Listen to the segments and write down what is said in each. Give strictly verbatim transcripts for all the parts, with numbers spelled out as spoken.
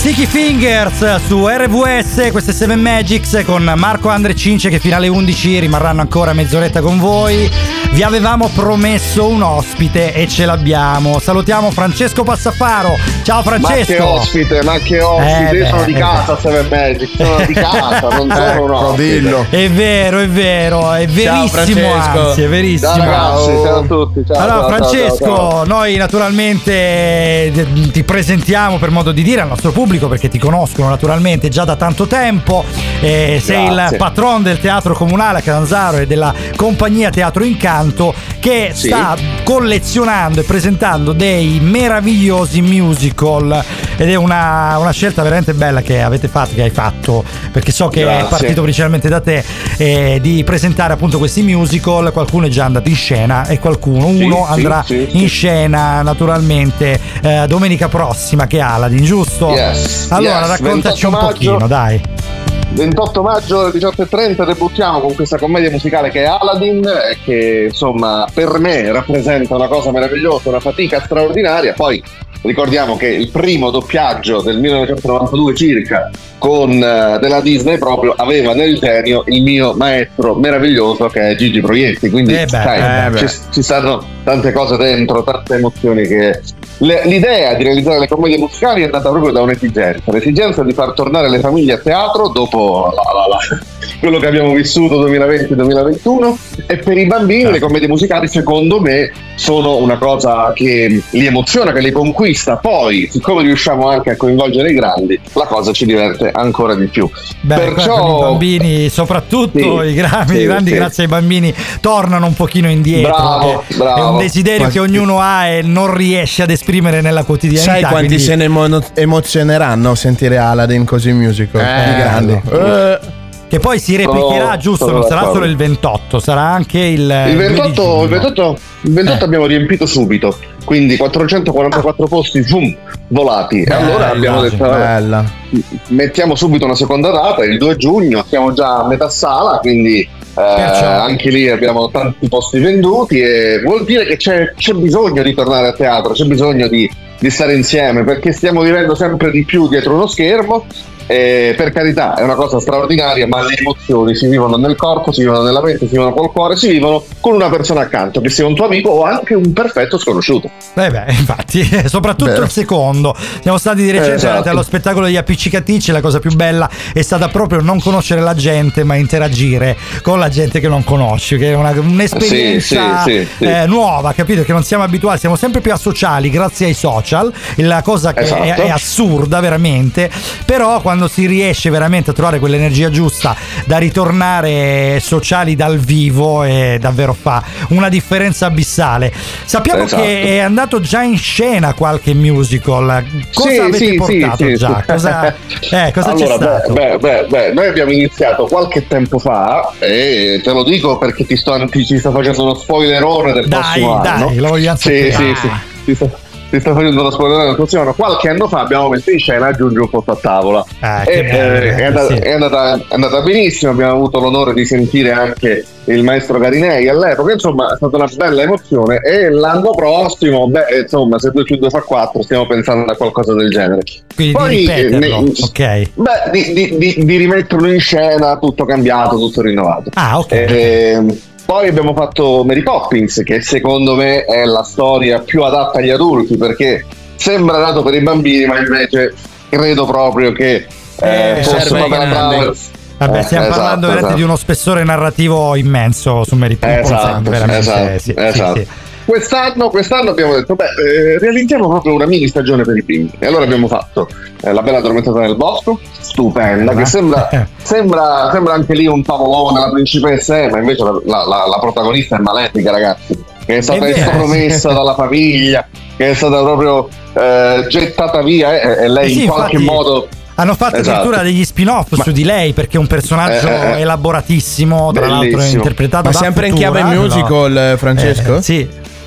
Sticky Fingers su R V S, queste Seven Magics con Marco, Andre e Cince che fino alle undici rimarranno ancora mezz'oretta con voi. Vi avevamo promesso un ospite e ce l'abbiamo. Salutiamo Francesco Passafaro. Ciao Francesco. Ma che ospite, ma che ospite. Eh Io beh, sono di eh casa, beh. Seven Magic, sono di casa, non sono un ospite. È vero, è vero, è verissimo, anzi, è verissimo. Ciao ragazzi, ciao a tutti. Ciao, allora ciao, Francesco, ciao, ciao. noi naturalmente ti presentiamo, per modo di dire, al nostro pubblico, perché ti conoscono naturalmente già da tanto tempo. Eh, sei Grazie. il patron del Teatro Comunale a Catanzaro e della compagnia Teatro Incanto, che Sì. sta collezionando e presentando dei meravigliosi musical, ed è una, una scelta veramente bella che avete fatto, che hai fatto, perché so che Grazie. è partito principalmente da te, eh, di presentare appunto questi musical. Qualcuno è già andato in scena e qualcuno, Sì, uno sì, andrà sì, in sì. scena naturalmente eh, domenica prossima, che è Aladdin, giusto? Yes, Allora yes. raccontaci un ventotto maggio, pochino, dai. ventotto maggio alle diciotto e trenta debuttiamo con questa commedia musicale che è Aladdin, eh, che insomma per me rappresenta una cosa meravigliosa, una fatica straordinaria. Poi ricordiamo che il primo doppiaggio del millenovecentonovantadue circa con uh, della Disney proprio aveva nel genio il mio maestro meraviglioso che è Gigi Proietti, quindi Eh beh, sai, eh beh. ci, ci stanno tante cose dentro, tante emozioni che... Le, l'idea di realizzare le commedie musicali è nata proprio da un'esigenza, l'esigenza di far tornare le famiglie a teatro dopo la, la, la, quello che abbiamo vissuto duemilaventi duemilaventuno, e per i bambini le commedie musicali secondo me sono una cosa che li emoziona, che li conquista. Poi siccome riusciamo anche a coinvolgere i grandi, la cosa ci diverte ancora di più. Beh, Perciò con i bambini soprattutto, Sì, i grandi, sì, i grandi sì. grazie ai bambini tornano un pochino indietro. Bravo, È bravo. un desiderio che ognuno ha e non riesce ad esprimere nella quotidianità. Sai quanti quindi... se ne emo- emozioneranno sentire Aladdin così musical? Eh, I grandi. Eh. Che poi si replicherà, Sono- giusto? sono Non sarà d'accordo. solo il ventotto, sarà anche il, il due di ventotto, giugno. il ventotto, il ventotto Eh. abbiamo riempito subito, quindi quattrocentoquarantaquattro posti zoom, volati. E allora abbiamo detto vabbè, Bella. mettiamo subito una seconda data, il due giugno, siamo già a metà sala, quindi eh, Perciò- anche lì abbiamo tanti posti venduti, e vuol dire che c'è, c'è bisogno di tornare a teatro, c'è bisogno di, di stare insieme, perché stiamo vivendo sempre di più dietro uno schermo. E per carità è una cosa straordinaria, ma le emozioni si vivono nel corpo, si vivono nella mente, si vivono col cuore, si vivono con una persona accanto, che sia un tuo amico o anche un perfetto sconosciuto. Eh beh, infatti, soprattutto Vero. il secondo. Siamo stati di recente Esatto. andati allo spettacolo degli Appiccicaticci. La cosa più bella è stata proprio non conoscere la gente, ma interagire con la gente che non conosci, che è una, un'esperienza Sì, sì, sì, sì. eh, nuova, capito? Che non siamo abituati, siamo sempre più asociali grazie ai social, la cosa che Esatto. è, è assurda veramente. Però quando si riesce veramente a trovare quell'energia giusta da ritornare sociali dal vivo, è davvero fa una differenza abissale. Sappiamo Esatto. che è andato già in scena qualche musical. Cosa Sì, avete sì, portato sì, sì, già? sì. Cosa, eh, cosa allora, c'è stato? Beh, beh, beh, noi abbiamo iniziato qualche tempo fa, e te lo dico perché ti sto, ti, ci sto facendo uno spoilerone del Dai, prossimo dai, anno. lo vogliamo Sì, sapere. sì, sì. Ti sto, ti sto facendo uno spoilerone del prossimo anno. Qualche anno fa abbiamo messo in scena Aggiungi un posto a tavola. Ah, E, che bello, eh, è, andata, sì. è, andata, è andata benissimo, abbiamo avuto l'onore di sentire anche il maestro Garinei all'epoca, insomma è stata una bella emozione. E l'anno prossimo, beh, insomma, se due più due fa quattro, stiamo pensando a qualcosa del genere. Quindi Poi, di ripeterlo, eh, ne- ok. Beh, di, di, di, di rimetterlo in scena, tutto cambiato, tutto rinnovato. Ah, ok. Ehm, poi abbiamo fatto Mary Poppins, che secondo me è la storia più adatta agli adulti, perché sembra dato per i bambini, ma invece credo proprio che eh, Eh, fosse serve ai una grandi. brava. Vabbè, Eh, stiamo esatto, parlando veramente esatto. di uno spessore narrativo immenso su Mary Poppins. Esatto, veramente, esatto, sì, sì, esatto. sì. Quest'anno, quest'anno abbiamo detto, beh, eh, realizziamo proprio una mini stagione per i bimbi. E allora abbiamo fatto eh, La Bella Addormentata nel Bosco, stupenda, che sembra, sembra, sembra anche lì un tavolone, la principessa è, ma invece la, la, la, la protagonista è Malefica, ragazzi, che è stata È vero. estromessa dalla famiglia, che è stata proprio eh, gettata via, eh, e lei Eh sì, in qualche infatti- modo... Hanno fatto Esatto. addirittura degli spin-off su di lei, perché è un personaggio Eh, eh, elaboratissimo, tra l'altro bellissimo. interpretato Ma da sempre in Futura, chiave però- musical, eh, Francesco? Eh, sì.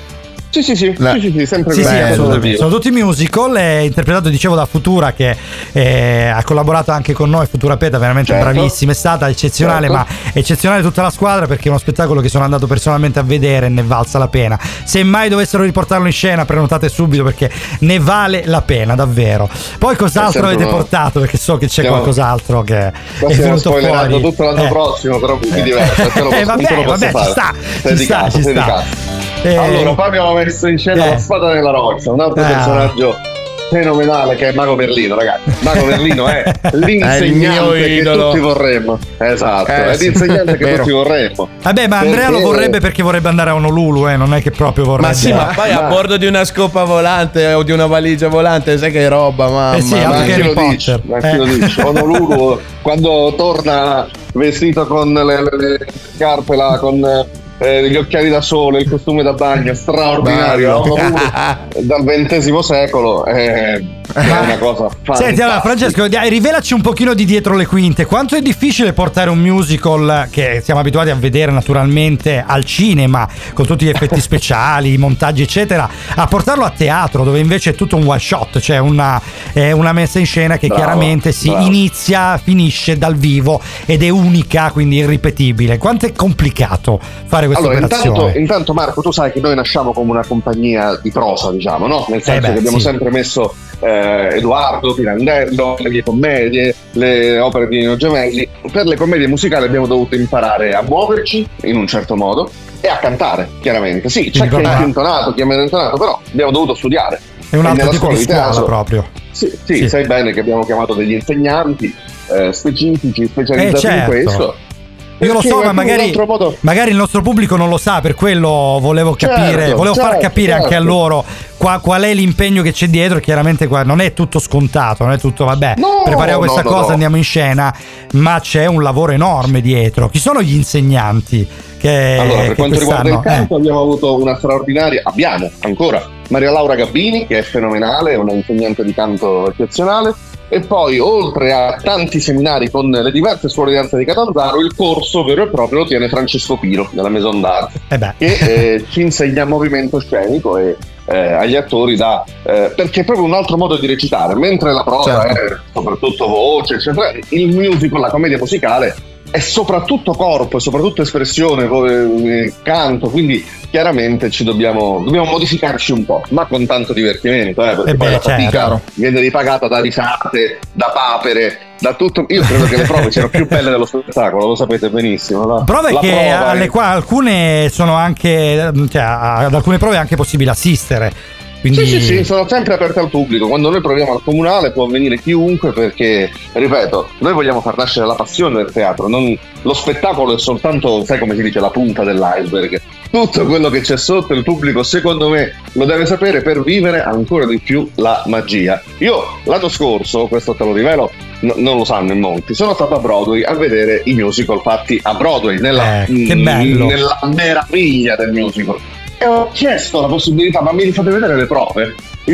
Sì, sì, sì, La... sì, sì, sì, sempre sì, così. sì, assolutamente. Sono tutti musical, è interpretato, dicevo, da Futura, che eh, ha collaborato anche con noi. Futura Peta, veramente certo. bravissima, è stata eccezionale, certo. Ma eccezionale tutta la squadra, perché è uno spettacolo che sono andato personalmente a vedere e ne valsa la pena. Se mai dovessero riportarlo in scena, prenotate subito, perché ne vale la pena, davvero. Poi cos'altro avete uno... portato? Perché so che c'è stiamo... qualcos'altro che è venuto fuori. Tutto l'anno eh. prossimo, però mi diverso. Eh, vabbè, vabbè, ci sta, ci sta, ci sta. Eh, allora, poi abbiamo messo in scena eh. la spada nella roccia, un altro ah. personaggio fenomenale che è Mago Merlino, ragazzi. Mago Merlino è l'insegnante è che tutti vorremmo. Esatto, eh, è sì. l'insegnante che tutti vorremmo. Vabbè, ma Andrea perché... lo vorrebbe perché vorrebbe andare a Honolulu, eh, non è che proprio vorrebbe. Ma sì, ma poi ma... a bordo di una scopa volante o di una valigia volante, sai che roba, mamma. Eh sì, ma anche chi lo dice, ma chi lo dice. Honolulu quando torna vestito con le, le, le scarpe là, con Eh, gli occhiali da sole, il costume da bagno straordinario dal ventesimo secolo, eh, è una cosa fantastica. Senti, allora Francesco, rivelaci un pochino di dietro le quinte. Quanto è difficile portare un musical che siamo abituati a vedere naturalmente al cinema con tutti gli effetti speciali, i montaggi eccetera, a portarlo a teatro, dove invece è tutto un one shot, cioè una, è una messa in scena che bravo, chiaramente si bravo. inizia, finisce dal vivo ed è unica, quindi irripetibile. Quanto è complicato fare questa allora, operazione? Intanto, intanto Marco, tu sai che noi nasciamo come una compagnia di prosa, diciamo, no? Nel senso eh beh, che abbiamo sì. sempre messo eh, Edoardo, Pirandello, le mie commedie, le opere di Nino Gemelli. Per le commedie musicali abbiamo dovuto imparare a muoverci in un certo modo e a cantare, chiaramente. Sì, c'è chi è più intonato, chi è meno intonato, però abbiamo dovuto studiare. È un altro tipo di scuola teatro, proprio. Sì, sì, sì, sai bene che abbiamo chiamato degli insegnanti eh, specifici, specializzati eh, certo. in questo. Io lo so, ma magari, magari il nostro pubblico non lo sa, per quello volevo capire, certo, volevo certo, far capire certo. anche a loro qua, qual è l'impegno che c'è dietro. E chiaramente qua non è tutto scontato, non è tutto vabbè, no, prepariamo questa no, cosa, no. andiamo in scena, ma c'è un lavoro enorme dietro. Chi sono gli insegnanti? Che, allora, per che quanto riguarda il canto, eh. abbiamo avuto una straordinaria, abbiamo ancora Maria Laura Gabbini, che è fenomenale, è una insegnante di canto eccezionale. E poi, oltre a tanti seminari con le diverse scuole di danza di Catanzaro, il corso vero e proprio lo tiene Francesco Piro della Maison d'Art, eh beh. che eh, ci insegna movimento scenico e eh, agli attori da eh, perché è proprio un altro modo di recitare, mentre la prosa certo. è soprattutto voce, eccetera. Il musical, la commedia musicale, è soprattutto corpo, è soprattutto espressione, eh, canto, quindi chiaramente ci dobbiamo dobbiamo modificarci un po', ma con tanto divertimento, eh, perché eh poi beh, la fatica certo. viene ripagata da risate, da papere, da tutto. Io credo che le prove siano più belle dello spettacolo, lo sapete benissimo, no? Prove la che prova alle è... qua alcune sono anche, cioè ad alcune prove è anche possibile assistere. Quindi... Sì, sì, sì, sono sempre aperte al pubblico. Quando noi proviamo al comunale può venire chiunque, perché, ripeto, noi vogliamo far nascere la passione del teatro. Non... Lo spettacolo è soltanto, sai come si dice, la punta dell'iceberg. Tutto quello che c'è sotto il pubblico, secondo me, lo deve sapere per vivere ancora di più la magia. Io l'anno scorso, questo te lo rivelo, no, non lo sanno in molti, sono stato a Broadway a vedere i musical fatti a Broadway, nella, eh, che bello. nella meraviglia del musical. E ho chiesto la possibilità, ma mi fate vedere le prove?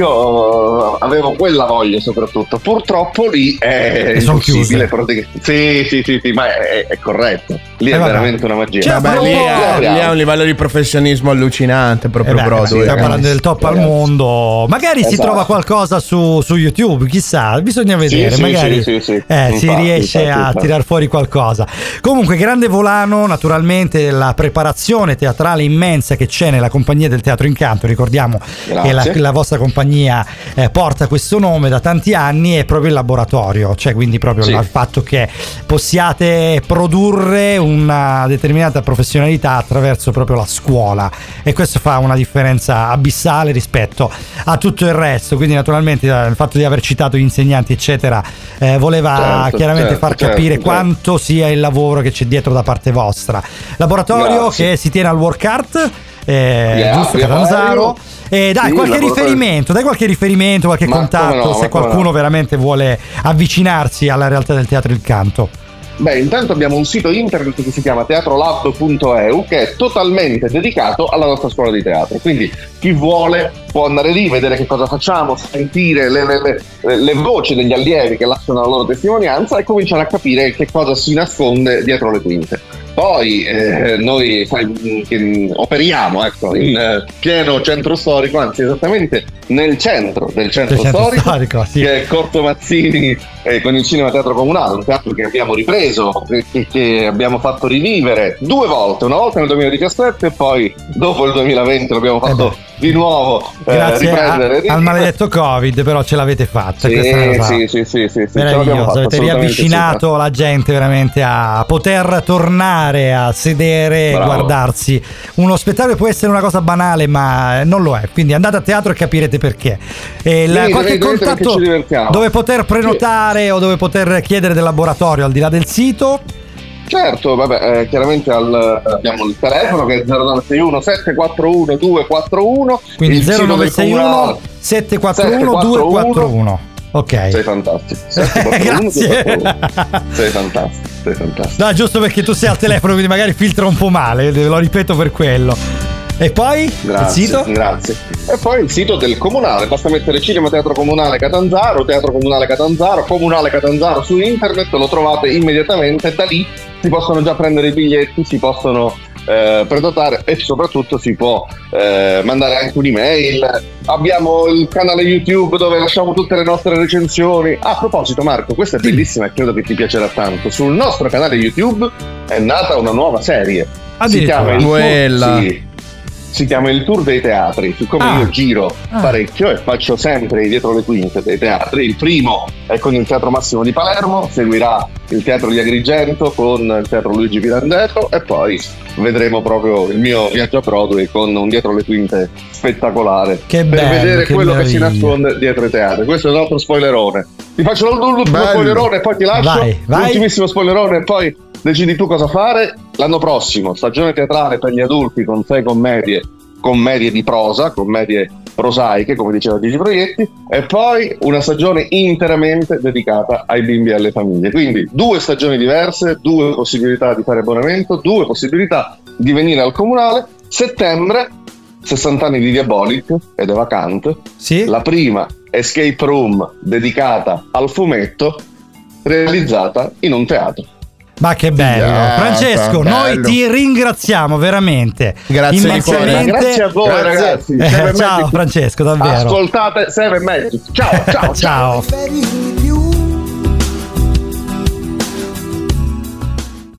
Io avevo quella voglia soprattutto. Purtroppo lì è impossibile. Sì, sì, sì, sì, ma è, è corretto. Lì eh, è vabbè. veramente una magia. Cioè, vabbè, lì, è, lì ha un livello di professionismo allucinante, proprio eh beh, Broadway. Stiamo parlando del top ragazzi. al mondo. Magari esatto. si trova qualcosa su, su YouTube, chissà, bisogna vedere. Sì, magari sì, sì, sì, sì. Eh, infatti, si riesce infatti, a infatti. tirar fuori qualcosa. Comunque, grande volano, naturalmente la preparazione teatrale immensa che c'è nella compagnia del Teatro Incanto. Ricordiamo Grazie. che la, la vostra compagnia eh, porta questo nome da tanti anni, è proprio il laboratorio, cioè quindi proprio sì. il fatto che possiate produrre una determinata professionalità attraverso proprio la scuola, e questo fa una differenza abissale rispetto a tutto il resto. Quindi naturalmente il fatto di aver citato gli insegnanti eccetera eh, voleva certo, chiaramente certo, far certo, capire certo. quanto sia il lavoro che c'è dietro da parte vostra. Laboratorio Grazie. che si tiene al Work Art, eh, yeah, giusto, yeah, Catanzaro. E dai, sì, qualche riferimento, dai qualche riferimento, qualche ma contatto, no, se qualcuno no. veramente vuole avvicinarsi alla realtà del Teatro Il Canto. Beh, intanto abbiamo un sito internet che si chiama teatrolab punto e u, che è totalmente dedicato alla nostra scuola di teatro, quindi chi vuole può andare lì, vedere che cosa facciamo, sentire le, le, le, le voci degli allievi che lasciano la loro testimonianza e cominciare a capire che cosa si nasconde dietro le quinte. Poi eh, noi sai, che operiamo ecco, in eh, pieno centro storico, anzi esattamente nel centro del centro, centro storico, storico sì. che è Corto Mazzini eh, con il Cinema Teatro Comunale, un teatro che abbiamo ripreso, che, che abbiamo fatto rivivere due volte, una volta nel duemiladiciassette e poi dopo il duemilaventi l'abbiamo fatto eh di nuovo eh, grazie riprendere a, al maledetto Covid, però ce l'avete fatta. Sì, sì, sì, sì, sì, sì, meraviglioso, avete riavvicinato sì. la gente veramente a poter tornare a sedere e guardarsi uno spettacolo. Può essere una cosa banale ma non lo è, quindi andate a teatro e capirete perché. E la, sì, qualche contatto dove poter prenotare sì. o dove poter chiedere del laboratorio al di là del sito? Certo, vabbè, eh, chiaramente al, abbiamo il telefono che è zero nove sei uno sette quattro uno due quattro uno, quindi zero nove sei uno sette quattro uno due quattro uno. Ok. Sei fantastico. Grazie. Sei fantastico, sei fantastico. No, giusto perché tu sei al telefono, quindi magari filtra un po' male, lo ripeto per quello. E poi grazie, il sito? Grazie. E poi il sito del Comunale, basta mettere Cinema Teatro Comunale Catanzaro, Teatro Comunale Catanzaro, Comunale Catanzaro su internet, lo trovate immediatamente, da lì si possono già prendere i biglietti, si possono eh, prenotare e soprattutto si può eh, mandare anche un'email. Abbiamo il canale YouTube dove lasciamo tutte le nostre recensioni. A proposito Marco, questa è bellissima e credo che ti piacerà tanto. Sul nostro canale YouTube è nata una nuova serie. Si chiama il Quella. Sì. Si chiama Il Tour dei Teatri, siccome ah. io giro ah. parecchio e faccio sempre i dietro le quinte dei teatri. Il primo è con il Teatro Massimo di Palermo, seguirà il Teatro di Agrigento con il Teatro Luigi Pirandello e poi vedremo proprio il mio viaggio a Broadway con un dietro le quinte spettacolare che per bello, vedere che quello meraviglia. che si nasconde dietro i teatri. Questo è un altro spoilerone. Ti faccio l'ultimo spoilerone e poi ti lascio. Vai, vai. L'ultimissimo spoilerone e poi decidi tu cosa fare. L'anno prossimo, stagione teatrale per gli adulti con sei commedie, commedie di prosa, commedie prosaiche, come diceva Gigi Proietti, e poi una stagione interamente dedicata ai bimbi e alle famiglie. Quindi due stagioni diverse, due possibilità di fare abbonamento, due possibilità di venire al Comunale. Settembre, sessanta anni di Diabolic ed Eva Kant, sì. La prima escape room dedicata al fumetto realizzata in un teatro. Ma che bello, yeah, Francesco, bello. Noi ti ringraziamo veramente. Grazie di cuore. Grazie a voi, grazie. Ragazzi. Eh, ciao Francesco, davvero. Ascoltate Seven Magic. Ciao, ciao, ciao. ciao.